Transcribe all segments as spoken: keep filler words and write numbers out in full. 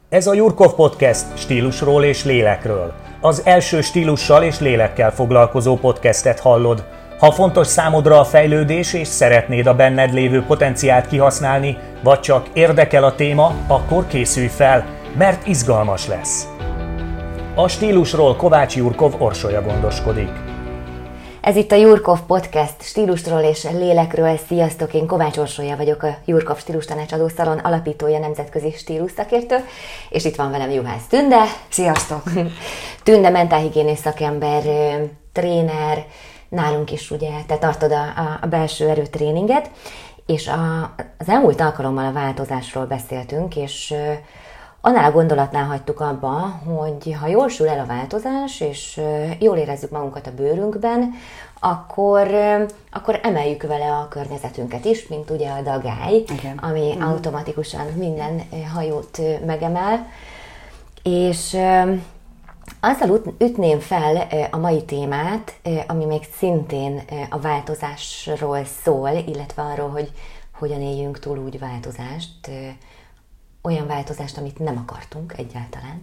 Ez a Jurkov Podcast stílusról és lélekről. Az első stílussal és lélekkel foglalkozó podcastet hallod. Ha fontos számodra a fejlődés és szeretnéd a benned lévő potenciált kihasználni, vagy csak érdekel a téma, akkor készülj fel, mert izgalmas lesz. A stílusról Kovács Jurkov Orsolya gondoskodik. Ez itt a Jurkov Podcast stílusról és lélekről. Sziasztok, én Kovács Orsolya vagyok, a Jurkov Stílustanácsadó Szalon alapítója, nemzetközi stílusszakértő, és itt van velem Juhász Tünde. Sziasztok! Tünde mentálhigiénész szakember, tréner, nálunk is ugye te tartod a, a belső erőtréninget, és a, az elmúlt alkalommal a változásról beszéltünk, és annál a gondolatnál hagytuk abba, hogy ha jól sül el a változás, és jól érezzük magunkat a bőrünkben, akkor, akkor emeljük vele a környezetünket is, mint ugye a dagály, igen, ami mm. automatikusan minden hajót megemel. És azzal ütném fel a mai témát, ami még szintén a változásról szól, illetve arról, hogy hogyan éljünk túl úgy változást, olyan változást, amit nem akartunk egyáltalán,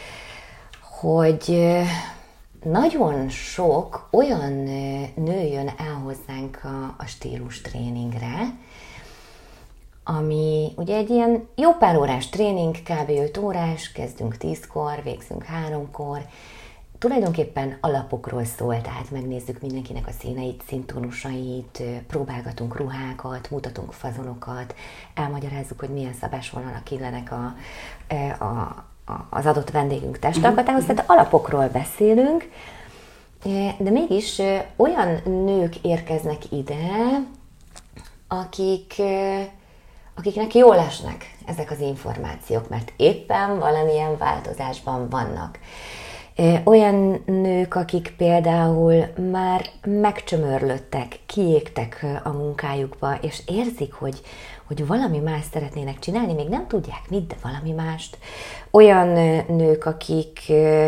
hogy nagyon sok olyan nő jön el hozzánk a, a stílus tréningre, ami ugye egy ilyen jó pár órás tréning, kb. öt órás, kezdünk tízkor, végzünk háromkor, tulajdonképpen alapokról szól, tehát megnézzük mindenkinek a színeit, színtónusait, próbálgatunk ruhákat, mutatunk fazonokat, elmagyarázzuk, hogy milyen szabásvonalak illenek a, a, a, az adott vendégünk testalkatához, tehát alapokról beszélünk, de mégis olyan nők érkeznek ide, akik, akiknek jól esnek ezek az információk, mert éppen valamilyen változásban vannak. Olyan nők, akik például már megcsömörlődtek, kiégtek a munkájukba, és érzik, hogy, hogy valami más szeretnének csinálni, még nem tudják mit, de valami mást. Olyan nők, akik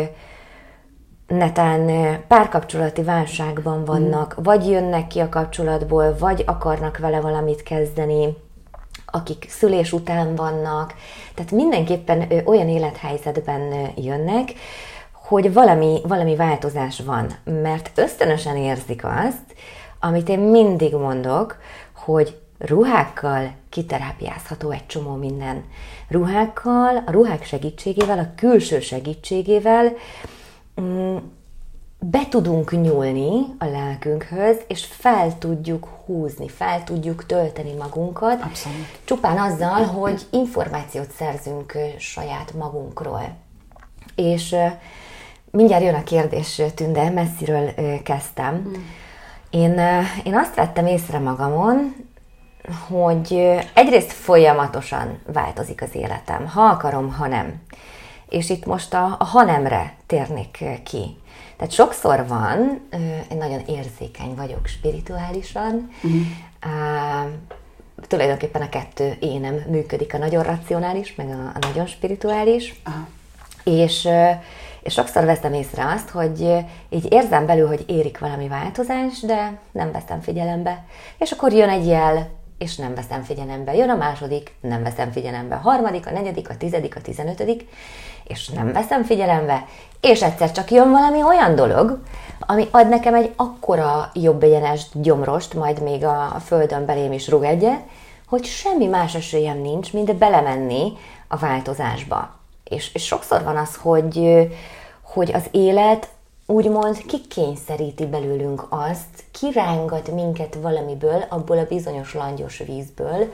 netán párkapcsolati válságban vannak, mm. vagy jönnek ki a kapcsolatból, vagy akarnak vele valamit kezdeni, akik szülés után vannak, tehát mindenképpen olyan élethelyzetben jönnek, hogy valami, valami változás van, mert ösztönösen érzik azt, amit én mindig mondok, hogy ruhákkal kiterápiázható egy csomó minden. Ruhákkal, a ruhák segítségével, a külső segítségével mm, be tudunk nyúlni a lelkünkhöz, és fel tudjuk húzni, fel tudjuk tölteni magunkat. Abszolút. Csupán azzal, hogy információt szerzünk saját magunkról. És mindjárt jön a kérdés, Tünde, messziről kezdtem. Hmm. Én, én azt vettem észre magamon, hogy egyrészt folyamatosan változik az életem, ha akarom, ha nem. És itt most a, a ha nemre térnék ki. Tehát sokszor van, én nagyon érzékeny vagyok spirituálisan, hmm. uh, tulajdonképpen a kettő énem működik, a nagyon racionális, meg a, a nagyon spirituális. Aha. És, és sokszor veszem észre azt, hogy így érzem belül, hogy érik valami változás, de nem veszem figyelembe. És akkor jön egy jel, és nem veszem figyelembe. Jön a második, nem veszem figyelembe. A harmadik, a negyedik, a tizedik, a tizenötödik, és nem veszem figyelembe. És egyszer csak jön valami olyan dolog, ami ad nekem egy akkora jobb egyenest gyomrost, majd még a földön belém is rúg egyet, hogy semmi más esélyem nincs, mint belemenni a változásba. És, és sokszor van az, hogy, hogy az élet úgymond kikényszeríti belőlünk azt, kirángat minket valamiből, abból a bizonyos langyos vízből,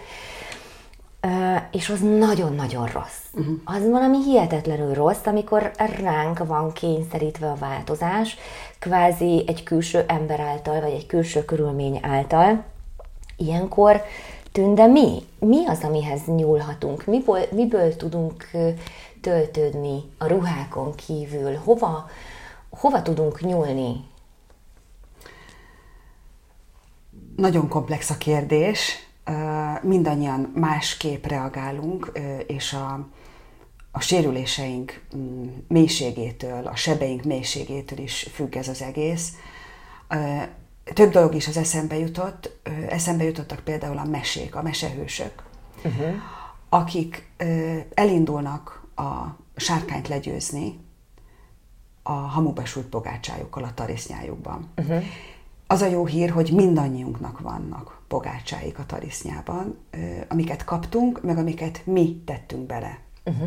és az nagyon-nagyon rossz. Uh-huh. Az valami hihetetlenül rossz, amikor ránk van kényszerítve a változás, kvázi egy külső ember által, vagy egy külső körülmény által. Ilyenkor, Tünde, mi? Mi az, amihez nyúlhatunk? Miből, miből tudunk töltődni a ruhákon kívül? Hova, hova tudunk nyúlni? Nagyon komplex a kérdés. Mindannyian másképp reagálunk, és a, a sérüléseink mélységétől, a sebeink mélységétől is függ ez az egész. Több dolog is az eszembe jutott. Eszembe jutottak például a mesék, a mesehősök, uh-huh. akik elindulnak a sárkányt legyőzni a hamuba sújt pogácsájukkal a tarisznyájukban. Uh-huh. Az a jó hír, hogy mindannyiunknak vannak pogácsáik a tarisznyában, amiket kaptunk, meg amiket mi tettünk bele. Uh-huh.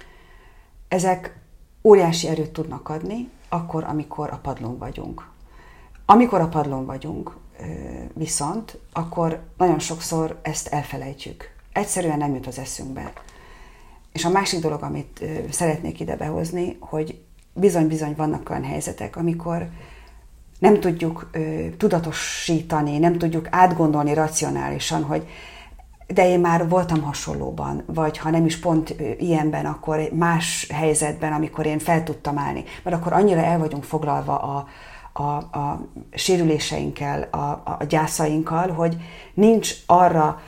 Ezek óriási erőt tudnak adni, akkor, amikor a padlón vagyunk. Amikor a padlón vagyunk, viszont, akkor nagyon sokszor ezt elfelejtjük. Egyszerűen nem jut az eszünkbe. És a másik dolog, amit szeretnék ide behozni, hogy bizony-bizony vannak olyan helyzetek, amikor nem tudjuk ö, tudatosítani, nem tudjuk átgondolni racionálisan, hogy de én már voltam hasonlóban, vagy ha nem is pont ö, ilyenben, akkor más helyzetben, amikor én fel tudtam állni. Mert akkor annyira el vagyunk foglalva a, a, a sérüléseinkkel, a, a gyászainkkal, hogy nincs arra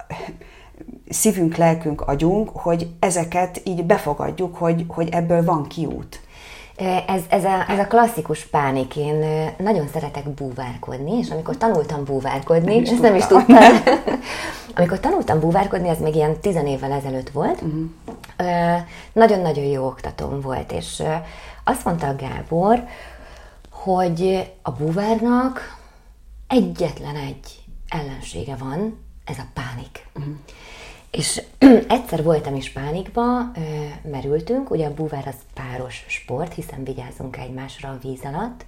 szívünk, lelkünk, agyunk, hogy ezeket így befogadjuk, hogy, hogy ebből van kiút. Ez, ez, a, ez a klasszikus pánik. Én nagyon szeretek búvárkodni, és amikor tanultam búvárkodni, ezt nem is tudtam, amikor tanultam búvárkodni, ez még ilyen tizen évvel ezelőtt volt, uh-huh. nagyon-nagyon jó oktatóm volt, és azt mondta a Gábor, hogy a búvárnak egyetlen egy ellensége van, ez a pánik. Uh-huh. És egyszer voltam is pánikba, merültünk, ugye a búvár az páros sport, hiszen vigyázunk egymásra a víz alatt,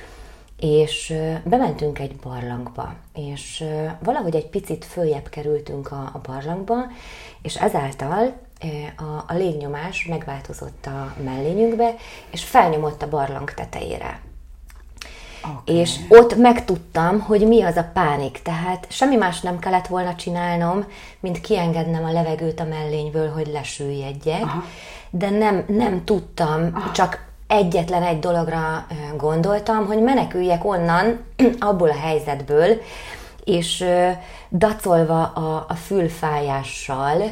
és bementünk egy barlangba, és valahogy egy picit följebb kerültünk a, a barlangba, és ezáltal a, a légnyomás megváltozott a mellényünkbe, és felnyomott a barlang tetejére. Okay. És ott megtudtam, hogy mi az a pánik, tehát semmi más nem kellett volna csinálnom, mint kiengednem a levegőt a mellényből, hogy lesüllyedjek, aha. de nem, nem tudtam, aha. csak egyetlen egy dologra gondoltam, hogy meneküljek onnan, abból a helyzetből, és dacolva a, a fülfájással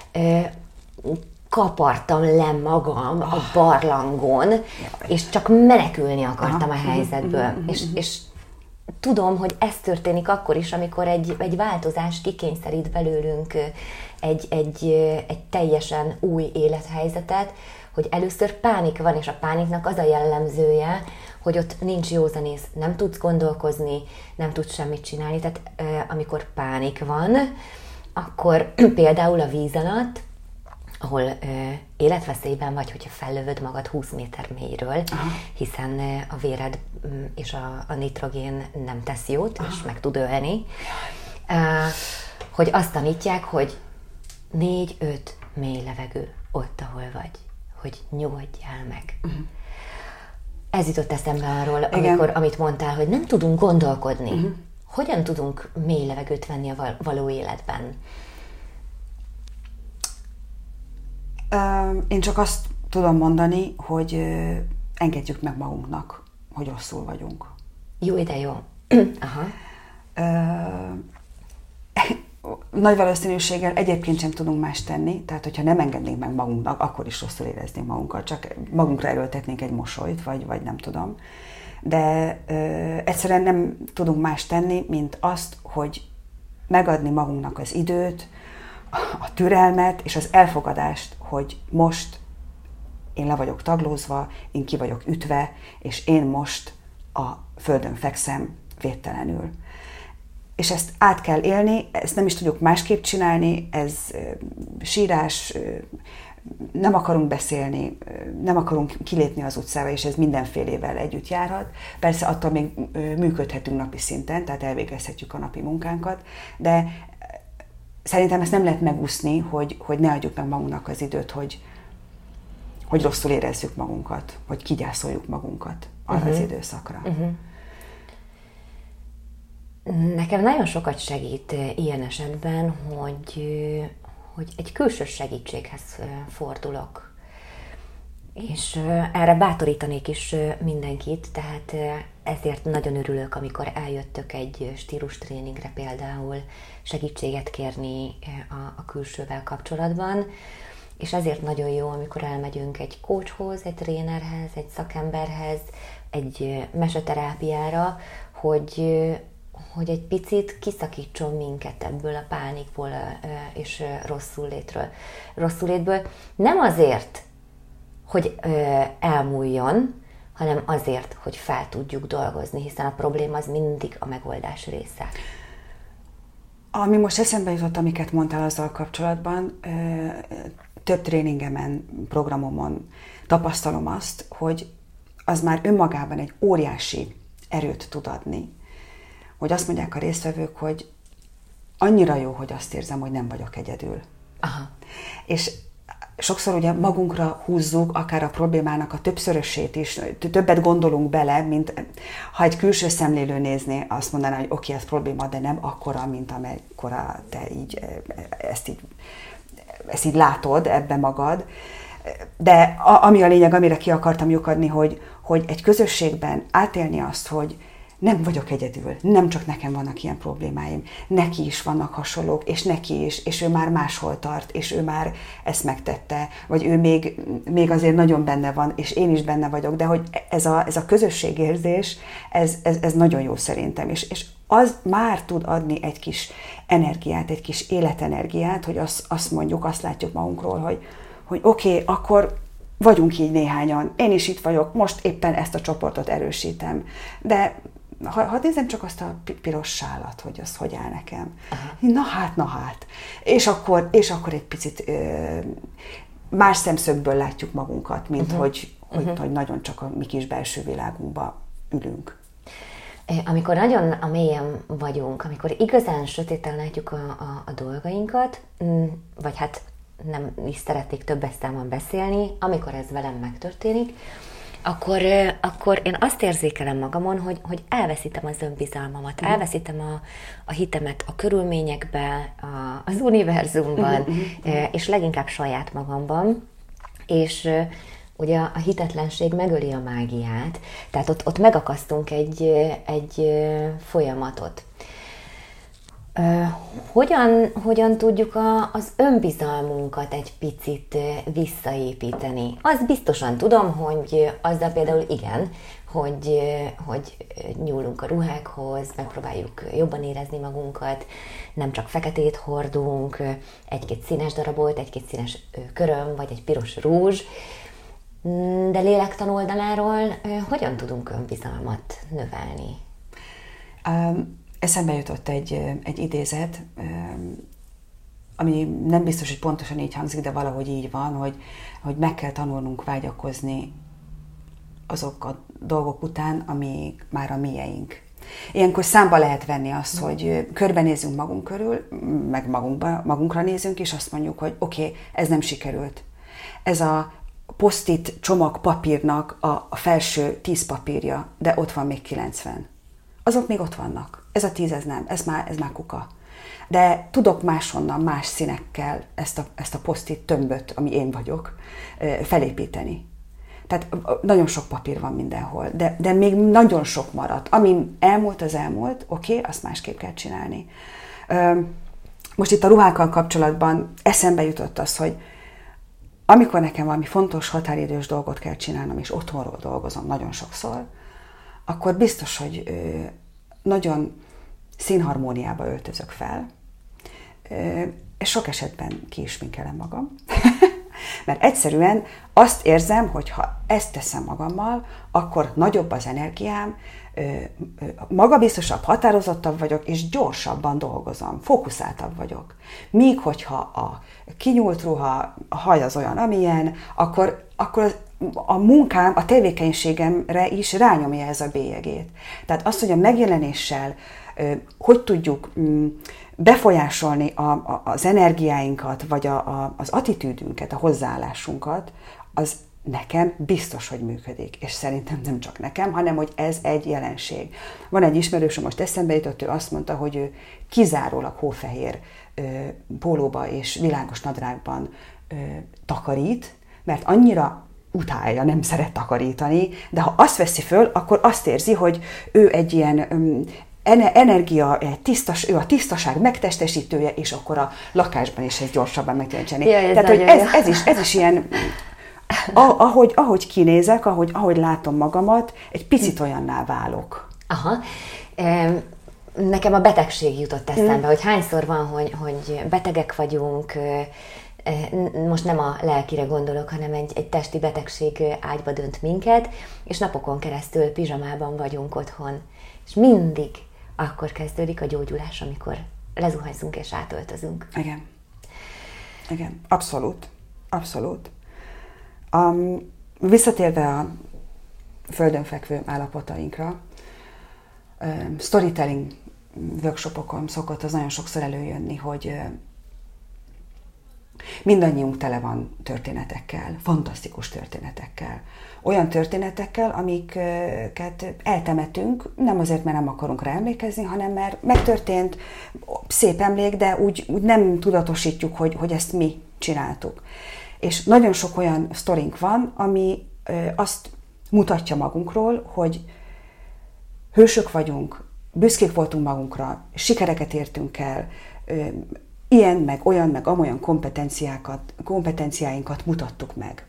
kapartam le magam a barlangon, és csak menekülni akartam a helyzetből. És, és tudom, hogy ez történik akkor is, amikor egy, egy változás kikényszerít belőlünk egy, egy, egy teljesen új élethelyzetet, hogy először pánik van, és a pániknak az a jellemzője, hogy ott nincs józanész, nem tudsz gondolkozni, nem tudsz semmit csinálni. Tehát amikor pánik van, akkor például a víz alatt, ahol ö, életveszélyben vagy, hogyha fellövöd magad húsz méter mélyről, aha. hiszen ö, a véred ö, és a, a nitrogén nem tesz jót, aha. és meg tud ölni. Ö, hogy azt tanítják, hogy négy-öt mély levegő ott, ahol vagy, hogy nyugodjál meg. Uh-huh. Ez jutott eszembe arról, amikor, amit mondtál, hogy nem tudunk gondolkodni. Uh-huh. Hogyan tudunk mély levegőt venni a való életben? Én csak azt tudom mondani, hogy engedjük meg magunknak, hogy rosszul vagyunk. Jó, ide jó. Aha. Nagy valószínűséggel egyébként sem tudunk más tenni, tehát hogyha nem engednénk meg magunknak, akkor is rosszul éreznénk magunkat, csak magunkra erőltetnénk egy mosolyt, vagy, vagy nem tudom. De ö, egyszerűen nem tudunk más tenni, mint azt, hogy megadni magunknak az időt, a türelmet és az elfogadást, hogy most én le vagyok taglózva, én ki vagyok ütve, és én most a földön fekszem védtelenül. És ezt át kell élni, ezt nem is tudjuk másképp csinálni, ez sírás, nem akarunk beszélni, nem akarunk kilépni az utcára, és ez mindenfélével együtt járhat. Persze attól még működhetünk napi szinten, tehát elvégezhetjük a napi munkánkat, de szerintem ezt nem lehet megúszni, hogy, hogy ne adjuk meg magunknak az időt, hogy, hogy rosszul érezzük magunkat, hogy kigyászoljuk magunkat arra uh-huh. az időszakra. Uh-huh. Nekem nagyon sokat segít ilyen esetben, hogy, hogy egy külső segítséghez fordulok. És erre bátorítanék is mindenkit, tehát ezért nagyon örülök, amikor eljöttök egy stílustréningre például segítséget kérni a, a külsővel kapcsolatban, és ezért nagyon jó, amikor elmegyünk egy coachhoz, egy trénerhez, egy szakemberhez, egy meseterápiára, hogy, hogy egy picit kiszakítson minket ebből a pánikból és rosszul létről. Rosszul létből nem azért, hogy elmúljon, hanem azért, hogy fel tudjuk dolgozni, hiszen a probléma az mindig a megoldás része. Ami most eszembe jutott, amiket mondtál azzal kapcsolatban, több tréningemen, programomon tapasztalom azt, hogy az már önmagában egy óriási erőt tud adni. Hogy azt mondják a résztvevők, hogy annyira jó, hogy azt érzem, hogy nem vagyok egyedül. Aha. És sokszor ugye magunkra húzzuk akár a problémának a többszörösét is, többet gondolunk bele, mint ha egy külső szemlélő nézné, azt mondaná, hogy oké, ez probléma, de nem akkora, mint amekkora te így, ezt így, ezt így látod ebbe magad. De a, ami a lényeg, amire ki akartam lyukadni, hogy, hogy egy közösségben átélni azt, hogy nem vagyok egyedül, nem csak nekem vannak ilyen problémáim, neki is vannak hasonlók, és neki is, és ő már máshol tart, és ő már ezt megtette, vagy ő még, még azért nagyon benne van, és én is benne vagyok, de hogy ez a, ez a közösségérzés, ez, ez, ez nagyon jó szerintem, és, és az már tud adni egy kis energiát, egy kis életenergiát, hogy azt, azt mondjuk, azt látjuk magunkról, hogy, hogy oké, okay, akkor vagyunk így néhányan, én is itt vagyok, most éppen ezt a csoportot erősítem, de ha, ha nézem csak azt a piros sálat, hogy az hogy áll nekem. Aha. Na hát, na hát. És akkor, és akkor egy picit ö, más szemszögből látjuk magunkat, mint uh-huh. hogy, hogy, uh-huh. hogy nagyon csak a mi kis belső világunkba ülünk. Amikor nagyon a mélyen vagyunk, amikor igazán sötéten látjuk a, a, a dolgainkat, vagy hát nem is szeretnék többes számon beszélni, amikor ez velem megtörténik, Akkor, akkor én azt érzékelem magamon, hogy, hogy elveszítem az önbizalmamat, mm. elveszítem a, a hitemet a körülményekbe, a, az univerzumban, mm-hmm. és leginkább saját magamban. És ugye a hitetlenség megöli a mágiát, tehát ott, ott megakasztunk egy, egy folyamatot. Uh, hogyan, hogyan tudjuk a, az önbizalmunkat egy picit visszaépíteni? Azt biztosan tudom, hogy azzal például igen, hogy, hogy nyúlunk a ruhákhoz, megpróbáljuk jobban érezni magunkat, nem csak feketét hordunk, egy-két színes darabot, egy-két színes köröm, vagy egy piros rúzs, de lélektan oldaláról hogyan tudunk önbizalmat növelni? Um. Eszembe jutott egy, egy idézet, ami nem biztos, hogy pontosan így hangzik, de valahogy így van, hogy, hogy meg kell tanulnunk vágyakozni azok a dolgok után, amik már a mieink. Ilyenkor számba lehet venni azt, hogy körbenézünk magunk körül, meg magunkba, magunkra nézünk, és azt mondjuk, hogy oké, okay, ez nem sikerült. Ez a posztit csomag papírnak a, a felső tíz papírja, de ott van még kilencven. Azok még ott vannak. Ez a tíz, ez nem, ez már, ez már kuka. De tudok máshonnan, más színekkel ezt a, ezt a posztit tömböt, ami én vagyok, felépíteni. Tehát nagyon sok papír van mindenhol, de, de még nagyon sok maradt. Ami elmúlt, az elmúlt, oké, okay, azt másképp kell csinálni. Most itt a ruhákkal kapcsolatban eszembe jutott az, hogy amikor nekem valami fontos határidős dolgot kell csinálnom, és otthonról dolgozom nagyon sokszor, akkor biztos, hogy nagyon színharmóniába öltözök fel, és sok esetben ki is minkelem magam. Mert egyszerűen azt érzem, hogy ha ezt teszem magammal, akkor nagyobb az energiám, magabiztosabb, határozottabb vagyok, és gyorsabban dolgozom, fókuszáltabb vagyok. Míg hogyha a kinyúlt ruha, a haj az olyan, amilyen, akkor, akkor a munkám, a tevékenységemre is rányomja ez a bélyegét. Tehát azt, hogy a megjelenéssel hogy tudjuk befolyásolni a, a, az energiáinkat, vagy a, a, az attitűdünket, a hozzáállásunkat, az nekem biztos, hogy működik. És szerintem nem csak nekem, hanem hogy ez egy jelenség. Van egy ismerősöm, most eszembe jutott, ő azt mondta, hogy ő kizárólag hófehér ö, pólóba és világos nadrágban ö, takarít, mert annyira utálja, nem szeret takarítani, de ha azt veszi föl, akkor azt érzi, hogy ő egy ilyen um, energia, egy tisztas, ő a tisztaság megtestesítője, és akkor a lakásban is ezt gyorsabban meg tudja csinálni. Ja, tehát, hogy ez, ez, is, ez is ilyen, ahogy, ahogy kinézek, ahogy, ahogy látom magamat, egy picit olyanná válok. Aha. nekem a betegség jutott eszembe, mm. hogy hányszor van, hogy, hogy betegek vagyunk, most nem a lelkire gondolok, hanem egy, egy testi betegség ágyba dönt minket, és napokon keresztül pizsamában vagyunk otthon. És mindig akkor kezdődik a gyógyulás, amikor lezuhanyzunk és átöltözünk. Igen. Igen, abszolút. Abszolút. Um, visszatérve a földön fekvő állapotainkra, um, storytelling workshopokon szokott az nagyon sokszor előjönni, hogy uh, mindannyiunk tele van történetekkel, fantasztikus történetekkel. Olyan történetekkel, amiket eltemetünk, nem azért, mert nem akarunk rá emlékezni, hanem mert megtörtént, szép emlék, de úgy, úgy nem tudatosítjuk, hogy, hogy ezt mi csináltuk. És nagyon sok olyan sztorink van, ami azt mutatja magunkról, hogy hősök vagyunk, büszkék voltunk magunkra, sikereket értünk el, ilyen, meg olyan, meg amolyan kompetenciákat, kompetenciáinkat mutattuk meg.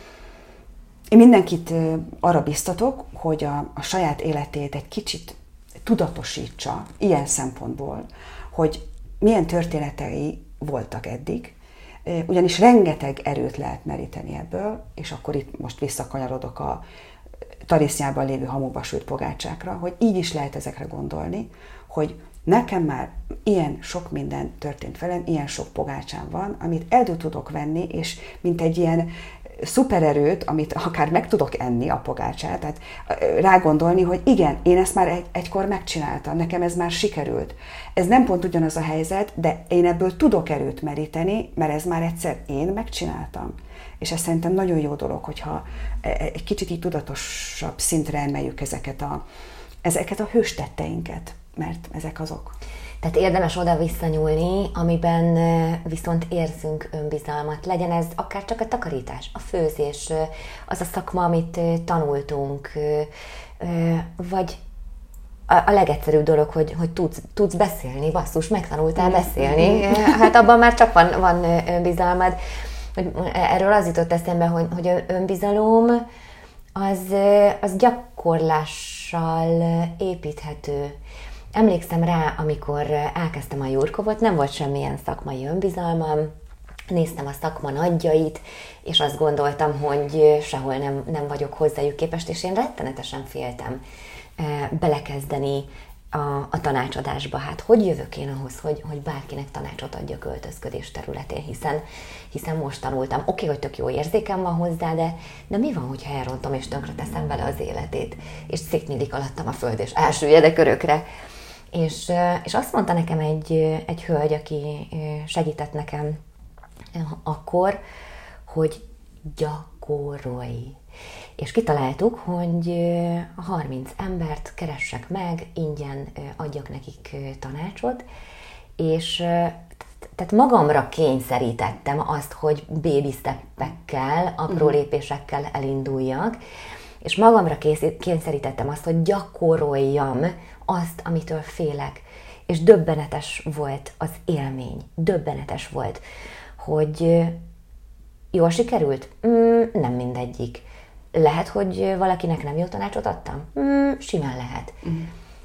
Én mindenkit arra biztatok, hogy a, a saját életét egy kicsit tudatosítsa ilyen szempontból, hogy milyen történetei voltak eddig, ugyanis rengeteg erőt lehet meríteni ebből, és akkor itt most visszakanyarodok a tarisznyában lévő hamuba sült pogácsákra, hogy így is lehet ezekre gondolni, hogy nekem már ilyen sok minden történt velem, ilyen sok pogácsám van, amit elő tudok venni, és mint egy ilyen szupererőt, amit akár meg tudok enni a pogácsát, tehát rágondolni, hogy igen, én ezt már egy, egykor megcsináltam, nekem ez már sikerült. Ez nem pont ugyanaz a helyzet, de én ebből tudok erőt meríteni, mert ez már egyszer én megcsináltam. És ez szerintem nagyon jó dolog, hogyha egy kicsit így tudatosabb szintre emeljük ezeket a, ezeket a hőstetteinket, mert ezek azok. Tehát érdemes oda visszanyúlni, amiben viszont érzünk önbizalmat. Legyen ez akár csak a takarítás, a főzés, az a szakma, amit tanultunk, vagy a legegyszerűbb dolog, hogy, hogy tudsz, tudsz beszélni, basszus, megtanultál beszélni. Hát abban már csak van, van önbizalmad. Erről az jutott eszembe, hogy, hogy önbizalom az, az gyakorlással építhető. Emlékszem rá, amikor elkezdtem a Jurkovot, nem volt semmilyen szakmai önbizalmam, néztem a szakma nagyjait, és azt gondoltam, hogy sehol nem, nem vagyok hozzájuk képest, és én rettenetesen féltem belekezdeni a, a tanácsadásba. Hát hogy jövök én ahhoz, hogy, hogy bárkinek tanácsot adjak öltözködés területén, hiszen, hiszen most tanultam. Oké, hogy tök jó érzékem van hozzá, de, de mi van, hogyha elrontom és tönkre teszem vele az életét, és szétnyílik alattam a föld, és elsüllyedek örökre. És, és azt mondta nekem egy, egy hölgy, aki segített nekem akkor, hogy gyakorolj. És kitaláltuk, hogy harminc embert keressek meg, ingyen adjak nekik tanácsot, és tehát magamra kényszerítettem azt, hogy baby steppekkel, apró uh-huh. lépésekkel elinduljak, és magamra kényszerítettem azt, hogy gyakoroljam azt, amitől félek. És döbbenetes volt az élmény. Döbbenetes volt, hogy jól sikerült? Mm, nem mindegyik. Lehet, hogy valakinek nem jó tanácsot adtam? Mm, simán lehet. Mm.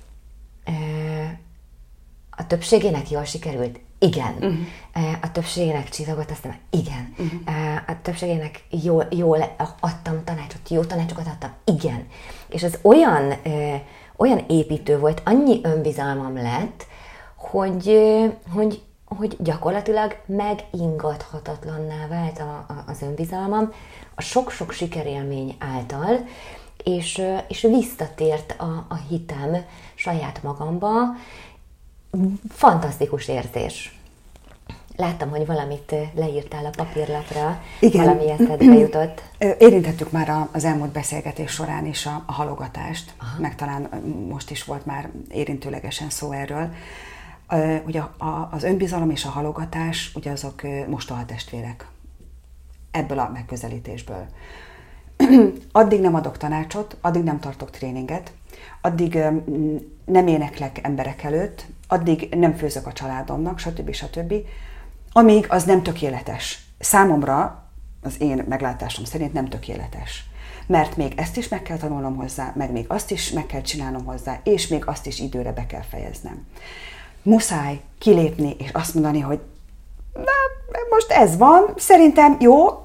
A többségének jól sikerült? Igen. Mm. A többségének csillagott a szeme? Igen. Mm. A többségének jól, jól adtam tanácsot, jó tanácsokat adtam? Igen. És ez olyan, olyan építő volt, annyi önbizalmam lett, hogy, hogy, hogy gyakorlatilag megingathatatlanná vált a, a, az önbizalmam a sok-sok sikerélmény által, és, és visszatért a, a hitem saját magamba. Fantasztikus érzés. Láttam, hogy valamit leírtál a papírlapra, igen. Valami eszedbe jutott. Érintettük már az elmúlt beszélgetés során is a, a halogatást, aha. meg talán most is volt már érintőlegesen szó erről. Ugye az önbizalom és a halogatás, ugye azok mostohatestvérek ebből a megközelítésből. Addig nem adok tanácsot, addig nem tartok tréninget, addig nem éneklek emberek előtt, addig nem főzök a családomnak, stb. stb. Amíg az nem tökéletes. Számomra az én meglátásom szerint nem tökéletes. Mert még ezt is meg kell tanulnom hozzá, meg még azt is meg kell csinálnom hozzá, és még azt is időre be kell fejeznem. Muszáj kilépni és azt mondani, hogy na, most ez van, szerintem jó,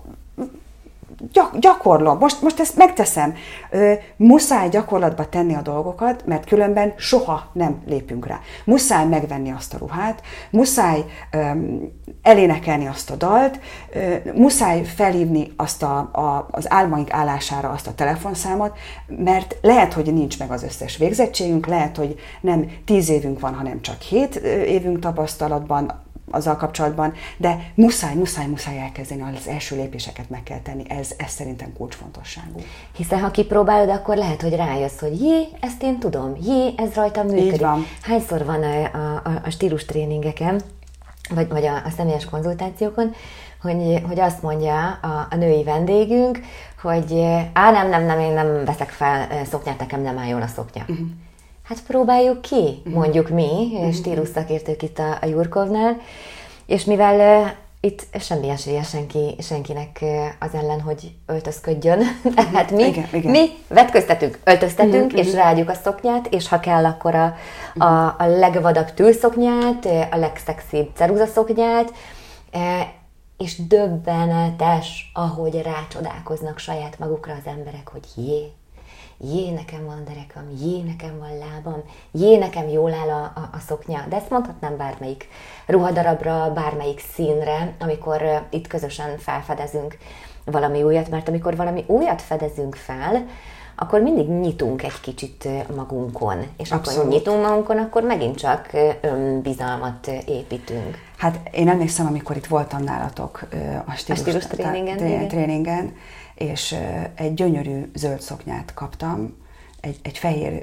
gyak, gyakorlom, most, most ezt megteszem. Ö, muszáj gyakorlatba tenni a dolgokat, mert különben soha nem lépünk rá. Muszáj megvenni azt a ruhát, muszáj ö, elénekelni azt a dalt, ö, muszáj felhívni azt a, a, az álmaink állására azt a telefonszámot, mert lehet, hogy nincs meg az összes végzettségünk, lehet, hogy nem tíz évünk van, hanem csak hét évünk tapasztalatban, azzal kapcsolatban, de muszáj, muszáj, muszáj elkezdeni, az első lépéseket meg kell tenni, ez, ez szerintem kulcsfontosságú. Hiszen ha kipróbálod, akkor lehet, hogy rájössz, hogy jé, ezt én tudom, jé, ez rajtam működik. Így van. Hányszor van a, a, a stílus tréningeken, vagy, vagy a, a személyes konzultációkon, hogy, hogy azt mondja a, a női vendégünk, hogy á, nem, nem, nem, én nem veszek fel szoknyát, nekem nem áll jól a szoknya. Uh-huh. Hát próbáljuk ki, mondjuk mi, uh-huh. stílus szakértők itt a, a Jurkovnál, és mivel uh, itt semmi esélye senki, senkinek uh, az ellen, hogy öltözködjön, tehát mi, igen, igen. mi vetköztetünk, öltöztetünk, uh-huh. és ráadjuk a szoknyát, és ha kell, akkor a, a, a legvadabb tűlszoknyát, a legszexibb ceruzaszoknyát, uh, és döbbenetes, ahogy rácsodálkoznak saját magukra az emberek, hogy jé, jé, nekem van derekam, jé, nekem van lábam, jé, nekem jól áll a, a, a szoknya. De ezt mondhatnám bármelyik ruhadarabra, bármelyik színre, amikor uh, itt közösen felfedezünk valami újat, mert amikor valami újat fedezünk fel, akkor mindig nyitunk egy kicsit magunkon. És Abszolút. Akkor nyitunk magunkon, akkor megint csak önbizalmat építünk. Hát én emlékszem, amikor itt voltam nálatok a stílus, a stílus tréningen, t- tréningen, és egy gyönyörű zöld szoknyát kaptam, egy, egy fehér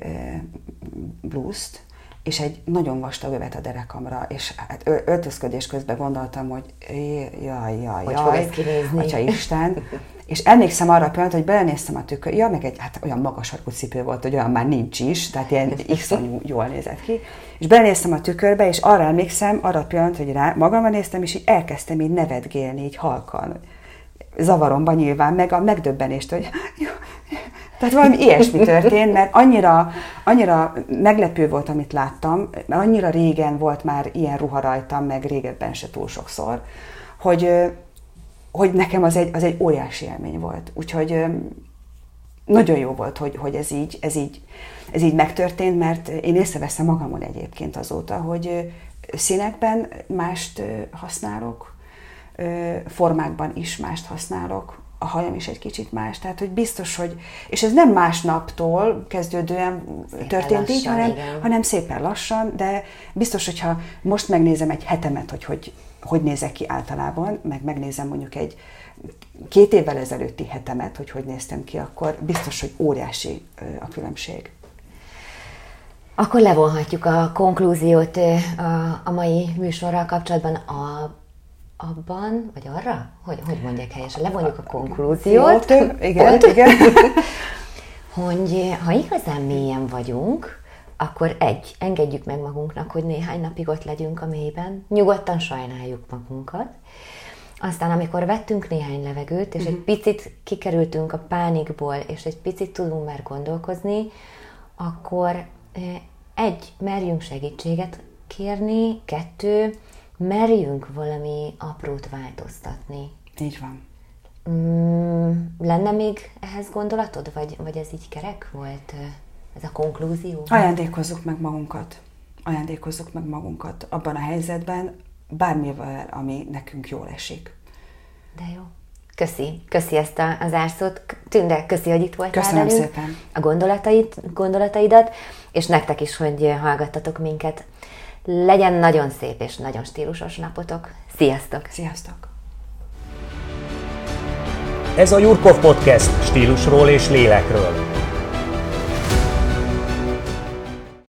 blúzt, és egy nagyon vastag övet a derekamra, és hát öltözködés közben gondoltam, hogy jaj, jaj, hogy jaj, Atya Isten. És emlékszem arra a pillanat, hogy belenéztem a tükör, ja, meg egy hát olyan magas sarkú cipő volt, hogy olyan már nincs is, tehát ilyen iszonyú jól nézett ki. És belenéztem a tükörbe, és arra emlékszem, arra a pillanat, hogy rá magamra néztem, és így elkezdtem így nevetgélni, így halkan. Zavaromban nyilván, meg a megdöbbenést, hogy tehát valami ilyesmi történt, mert annyira, annyira meglepő volt, amit láttam, mert annyira régen volt már ilyen ruha rajtam, meg régebben se túl sokszor, hogy, hogy nekem az egy, az egy óriási élmény volt. Úgyhogy nagyon jó volt, hogy, hogy ez, így, ez, így, ez így megtörtént, mert én észreveszem magamon egyébként azóta, hogy színekben mást használok, formákban is mást használok, a hajam is egy kicsit más, tehát hogy biztos, hogy, és ez nem másnaptól kezdődően szépen történt lassan, így, hanem, hanem szépen lassan, de biztos, hogyha most megnézem egy hetemet, hogy hogy, hogy nézek ki általában, meg megnézem mondjuk egy két évvel ezelőtti hetemet, hogy hogy néztem ki, akkor biztos, hogy óriási a különbség. Akkor levonhatjuk a konklúziót a, a mai műsorral kapcsolatban a abban, vagy arra? Hogy, hogy mondják helyesen? Levonjuk a konklúziót. Jó, igen, igen. Hogy ha igazán mélyen vagyunk, akkor egy, engedjük meg magunknak, hogy néhány napig ott legyünk a mélyben, nyugodtan sajnáljuk magunkat. Aztán, amikor vettünk néhány levegőt, és uh-huh. egy picit kikerültünk a pánikból, és egy picit tudunk már gondolkozni, akkor egy, merjünk segítséget kérni, kettő, merjünk valami aprót változtatni. Így van. Mm, lenne még ehhez gondolatod, vagy, vagy ez így kerek volt, ez a konklúzió? Ajándékozzuk meg magunkat. Ajándékozzuk meg magunkat abban a helyzetben, bármivel, ami nekünk jól esik. De jó. Köszi. Köszi ezt a, az árszót. Tünde, köszi, hogy itt voltál Köszönöm velünk. szépen. A gondolataid, gondolataidat, és nektek is, hogy hallgattatok minket. Legyen nagyon szép és nagyon stílusos napotok. Sziasztok! Sziasztok! Ez a Jurkov Podcast stílusról és lélekről.